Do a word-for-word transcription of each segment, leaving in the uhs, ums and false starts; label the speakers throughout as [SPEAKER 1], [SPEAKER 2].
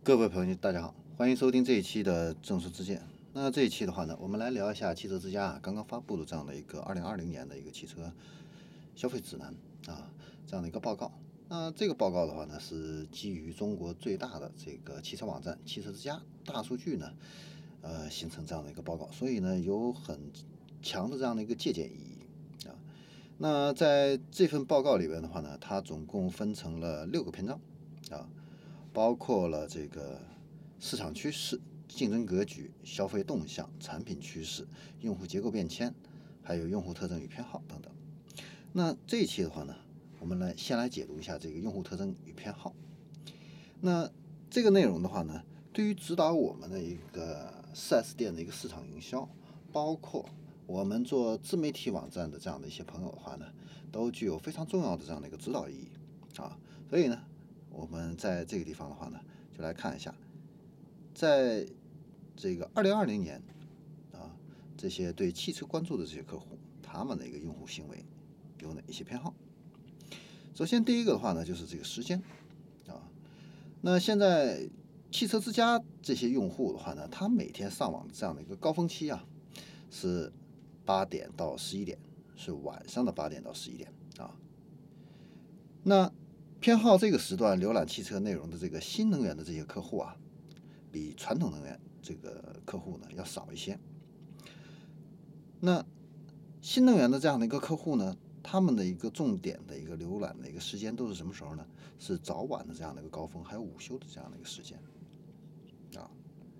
[SPEAKER 1] 各位朋友，大家好，欢迎收听这一期的正说之见。那这一期的话呢，我们来聊一下汽车之家啊刚刚发布的这样的一个二零二零年的一个汽车消费指南啊这样的一个报告。那这个报告的话呢，是基于中国最大的这个汽车网站汽车之家大数据呢，呃形成这样的一个报告，所以呢有很强的这样的一个借鉴意义啊。那在这份报告里边的话呢，它总共分成了六个篇章啊。包括了这个市场趋势、竞争格局、消费动向、产品趋势、用户结构变迁，还有用户特征与偏好等等。那这一期的话呢，我们来先来解读一下这个用户特征与偏好。那这个内容的话呢，对于指导我们的一个 四 S 店的一个市场营销，包括我们做自媒体网站的这样的一些朋友的话呢，都具有非常重要的这样的一个指导意义啊。所以呢，我们在这个地方的话呢，就来看一下，在这个二零二零年啊，这些对汽车关注的这些客户，他们的一个用户行为有哪一些偏好？首先，第一个的话呢，就是这个时间啊。那现在汽车之家这些用户的话呢，他每天上网这样的一个高峰期啊，是八点到十一点，是晚上的八点到十一点啊。那偏好这个时段浏览汽车内容的这个新能源的这些客户啊，比传统能源这个客户呢要少一些。那新能源的这样的一个客户呢，他们的一个重点的一个浏览的一个时间都是什么时候呢？是早晚的这样的一个高峰，还有午休的这样的一个时间啊。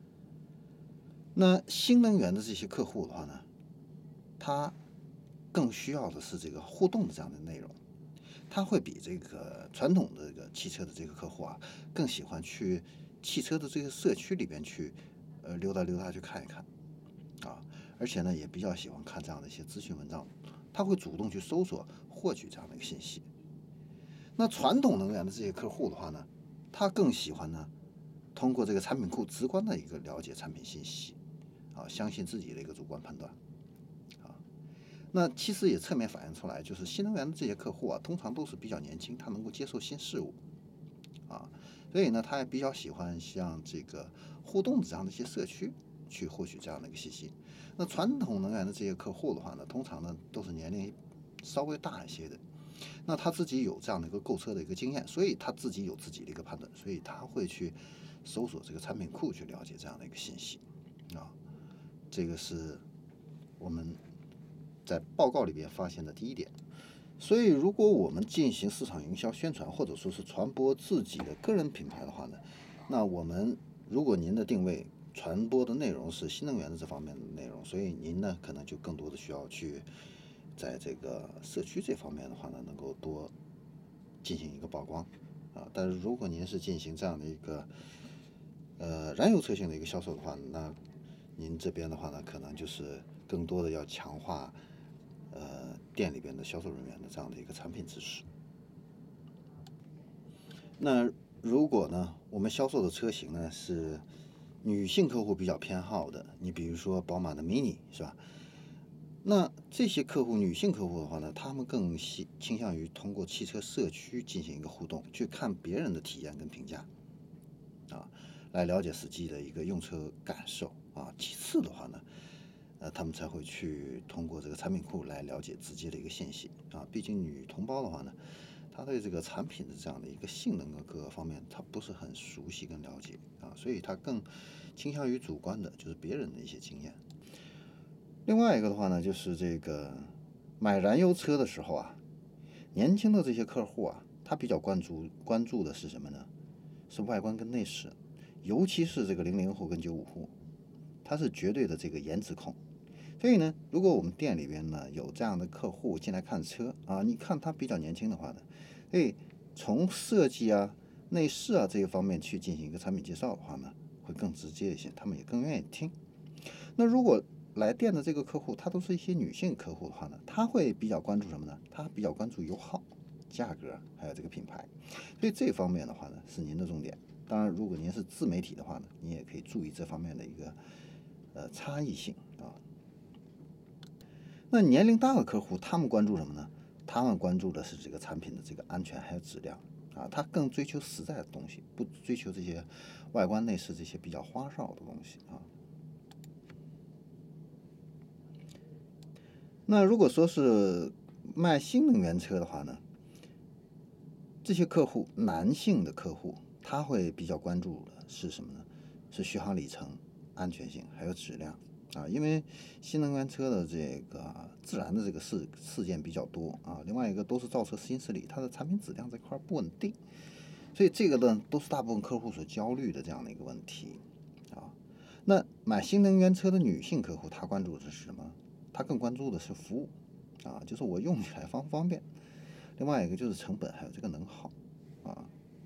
[SPEAKER 1] 那新能源的这些客户的话呢，他更需要的是这个互动的这样的内容。他会比这个传统的这个汽车的这个客户啊，更喜欢去汽车的这个社区里边去，呃，溜达溜达去看一看，啊，而且呢，也比较喜欢看这样的一些资讯文章，他会主动去搜索获取这样的一个信息。那传统能源的这些客户的话呢，他更喜欢呢，通过这个产品库直观的一个了解产品信息，啊，相信自己的一个主观判断。那其实也侧面反映出来，就是新能源的这些客户啊，通常都是比较年轻，他能够接受新事物啊，所以呢，他也比较喜欢像这个互动的这样的一些社区去获取这样的一个信息。那传统能源的这些客户的话呢，通常呢都是年龄稍微大一些的，那他自己有这样的一个购车的一个经验，所以他自己有自己的一个判断，所以他会去搜索这个产品库去了解这样的一个信息啊，这个是我们在报告里边发现的第一点。所以如果我们进行市场营销宣传，或者说是传播自己的个人品牌的话呢，那我们如果您的定位传播的内容是新能源的这方面的内容，所以您呢可能就更多的需要去在这个社区这方面的话呢，能够多进行一个曝光啊。但是如果您是进行这样的一个呃燃油车型的一个销售的话，那您这边的话呢，可能就是更多的要强化呃店里边的销售人员的这样的一个产品知识。那如果呢，我们销售的车型呢是女性客户比较偏好的，你比如说宝马的 Mini 是吧？那这些客户，女性客户的话呢，他们更倾倾向于通过汽车社区进行一个互动，去看别人的体验跟评价啊，来了解实际的一个用车感受啊。其次的话呢，呃，他们才会去通过这个产品库来了解直接的一个信息啊。毕竟女同胞的话呢，她对这个产品的这样的一个性能的各个方面，她不是很熟悉跟了解啊，所以她更倾向于主观的，就是别人的一些经验。另外一个的话呢，就是这个买燃油车的时候啊，年轻的这些客户啊，他比较关注关注的是什么呢？是外观跟内饰，尤其是这个零零后跟九五后，他是绝对的这个颜值控。所以呢，如果我们店里边呢有这样的客户进来看车啊，你看他比较年轻的话呢，哎，从设计啊、内饰啊这一方面去进行一个产品介绍的话呢，会更直接一些，他们也更愿意听。那如果来店的这个客户，他都是一些女性客户的话呢，他会比较关注什么呢？他比较关注油耗、价格，还有这个品牌。所以这方面的话呢，是您的重点。当然，如果您是自媒体的话呢，你也可以注意这方面的一个呃差异性啊。那年龄大的客户，他们关注什么呢？他们关注的是这个产品的这个安全还有质量啊，他更追求实在的东西，不追求这些外观内饰这些比较花哨的东西啊。那如果说是卖新能源车的话呢，这些客户，男性的客户，他会比较关注的是什么呢？是续航里程、安全性还有质量啊。因为新能源车的这个自燃的这个事事件比较多啊，另外一个都是造车新势力，它的产品质量这块不稳定，所以这个呢都是大部分客户所焦虑的这样的一个问题啊。那买新能源车的女性客户，她关注的是什么？她更关注的是服务啊，就是我用起来方不方便。另外一个就是成本，还有这个能耗啊。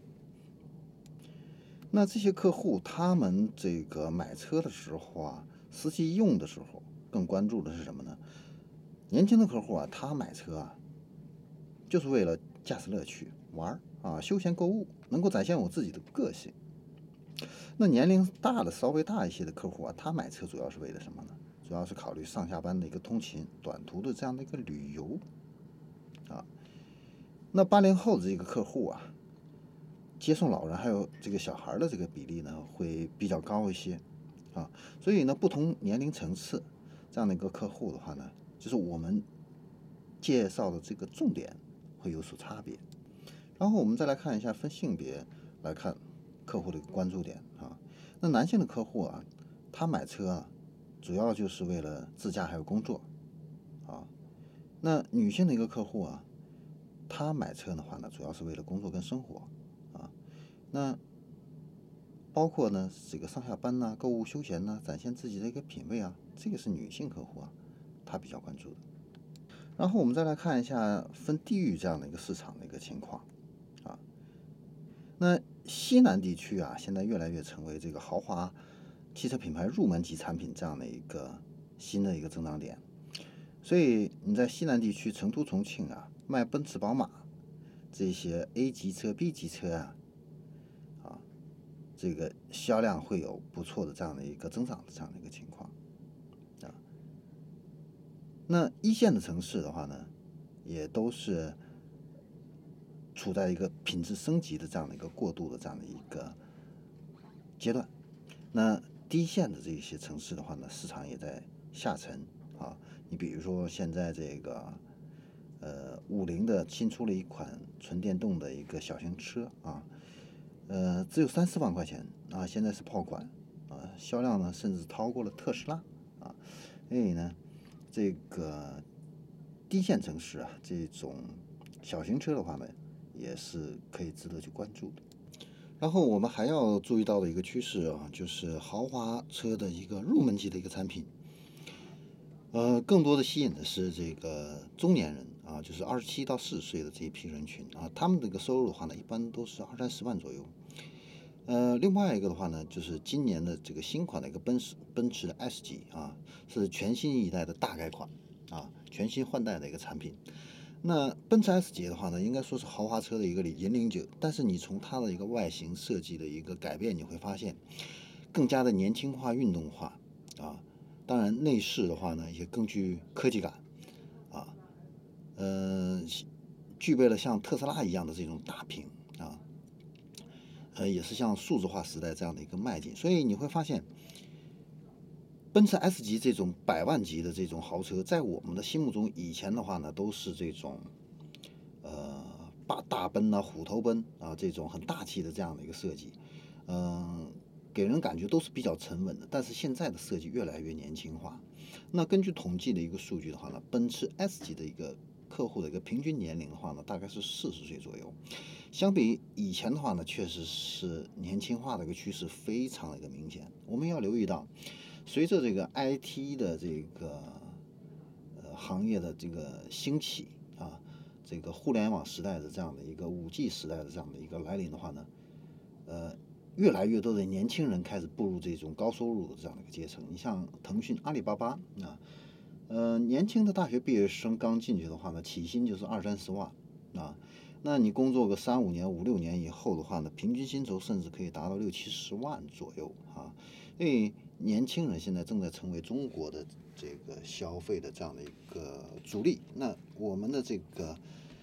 [SPEAKER 1] 那这些客户他们这个买车的时候啊，实际用的时候更关注的是什么呢？年轻的客户啊，他买车啊，就是为了驾驶乐趣、玩啊、休闲购物，能够展现我自己的个性。那年龄大的稍微大一些的客户啊，他买车主要是为了什么呢？主要是考虑上下班的一个通勤、短途的这样的一个旅游啊。那八零后的这个客户啊，接送老人还有这个小孩的这个比例呢，会比较高一些啊。所以呢，不同年龄层次这样的一个客户的话呢，就是我们介绍的这个重点会有所差别。然后我们再来看一下分性别来看客户的一个关注点啊。那男性的客户啊，他买车啊，主要就是为了自驾还有工作啊。那女性的一个客户啊，他买车的话呢，主要是为了工作跟生活啊。那包括呢这个上下班呐、购物休闲呐、展现自己的一个品味啊，这个是女性客户啊，她比较关注的。然后我们再来看一下分地域这样的一个市场的一个情况啊。那西南地区啊，现在越来越成为这个豪华汽车品牌入门级产品这样的一个新的一个增长点。所以你在西南地区，成都、重庆啊，卖奔驰、宝马这些 A 级车、B 级车啊，啊，这个销量会有不错的这样的一个增长的这样的一个情况啊。那一线的城市的话呢，也都是处在一个品质升级的这样的一个过渡的这样的一个阶段。那低线的这些城市的话呢，市场也在下沉啊。你比如说现在这个呃五菱的新出了一款纯电动的一个小型车啊，呃只有三四万块钱啊，现在是炮款啊，销量呢甚至超过了特斯拉啊。所以呢，这个低线城市啊，这种小型车的话呢，也是可以值得去关注的。然后我们还要注意到的一个趋势啊，就是豪华车的一个入门级的一个产品，呃，更多的吸引的是这个中年人啊，就是二十七到四十岁的这一批人群啊，他们这个收入的话呢，一般都是二三十万左右。呃，另外一个的话呢，就是今年的这个新款的一个奔驰奔驰的 S 级啊，是全新一代的大改款啊，全新换代的一个产品。那奔驰 S 级的话呢，应该说是豪华车的一个引领者，但是你从它的一个外形设计的一个改变，你会发现更加的年轻化、运动化啊。当然内饰的话呢，也更具科技感啊，呃，具备了像特斯拉一样的这种大屏啊，呃，也是像数字化时代这样的一个迈进。所以你会发现，奔驰 S 级这种百万级的这种豪车，在我们的心目中，以前的话呢，都是这种，呃，大大奔啊、虎头奔啊这种很大气的这样的一个设计，嗯、呃，给人感觉都是比较沉稳的。但是现在的设计越来越年轻化。那根据统计的一个数据的话呢，奔驰 S 级的一个客户的一个平均年龄的话呢，大概是四十岁左右。相比以前的话呢，确实是年轻化的一个趋势非常的一个明显。我们要留意到，随着这个 I T 的这个呃行业的这个兴起啊，这个互联网时代的这样的一个五 G 时代的这样的一个来临的话呢，呃，越来越多的年轻人开始步入这种高收入的这样的一个阶层。你像腾讯、阿里巴巴啊，呃，年轻的大学毕业生刚进去的话呢，起薪就是二三十万啊。那你工作个三五年、五六年以后的话呢，平均薪酬甚至可以达到六七十万左右啊。所以年轻人现在正在成为中国的这个消费的这样的一个主力。那我们的这个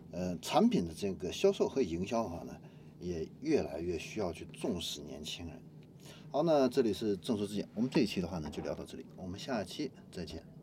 [SPEAKER 1] 呃，产品的这个销售和营销的话呢，也越来越需要去重视年轻人。好，那这里是正说之见，我们这一期的话呢就聊到这里，我们下期再见。